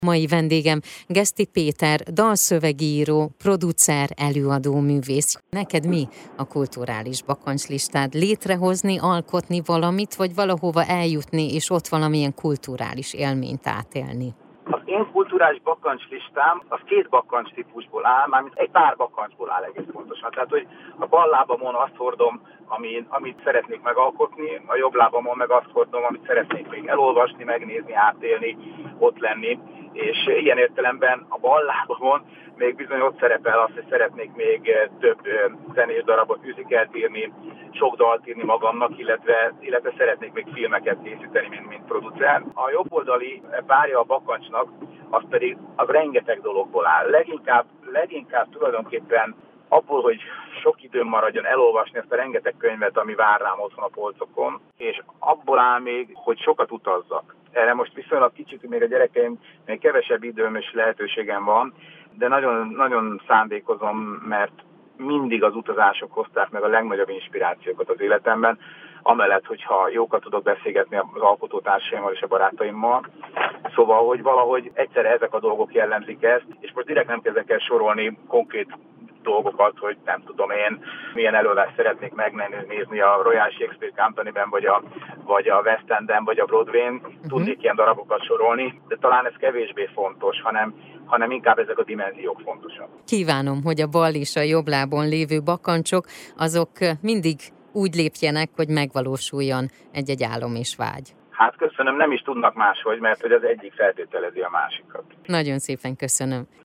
Mai vendégem Geszti Péter, dalszövegíró, producer, előadó, művész. Neked mi a kulturális bakancslistád? Létrehozni, alkotni valamit, vagy valahova eljutni, és ott valamilyen kulturális élményt átélni? Az én kulturális bakancslistám az két bakancs típusból áll, mármint egy pár bakancsból áll egész pontosan. Tehát, hogy a bal lábamon azt hordom, amit szeretnék megalkotni, a jobb lábamon meg azt hordom, amit szeretnék még elolvasni, megnézni, átélni, ott lenni. És ilyen értelemben a bal lábamon még bizony ott szerepel az, hogy szeretnék még több zenés darabot, musicalt írni, sok dalt írni magamnak, illetve szeretnék még filmeket készíteni, mint producer. A jobb oldali párja a bakancsnak, az rengeteg dologból áll. Leginkább tulajdonképpen abból, hogy sok időm maradjon elolvasni ezt a rengeteg könyvet, ami vár rám otthon a polcokon, és abból áll még, hogy sokat utazzak. Erre most viszonylag kicsit, még a gyerekeim, még kevesebb időm és lehetőségem van, de nagyon, nagyon szándékozom, mert mindig az utazások hozták meg a legnagyobb inspirációkat az életemben, amellett, hogyha jókat tudok beszélgetni az alkotótársaimmal és a barátaimmal. Szóval, hogy valahogy egyszerre ezek a dolgok jellemzik ezt, és most direkt nem kezdek el sorolni konkrét dolgokat, hogy nem tudom én, milyen előadást szeretnék megnézni a Royal Shakespeare Company-ben, vagy a West End-en, vagy a Broadway-n. Tudnék ilyen darabokat sorolni, de talán ez kevésbé fontos, hanem inkább ezek a dimenziók fontosak. Kívánom, hogy a bal és a jobb lábon lévő bakancsok, azok mindig úgy lépjenek, hogy megvalósuljon egy-egy álom és vágy. Hát köszönöm, nem is tudnak máshogy, mert hogy az egyik feltételezi a másikat. Nagyon szépen köszönöm.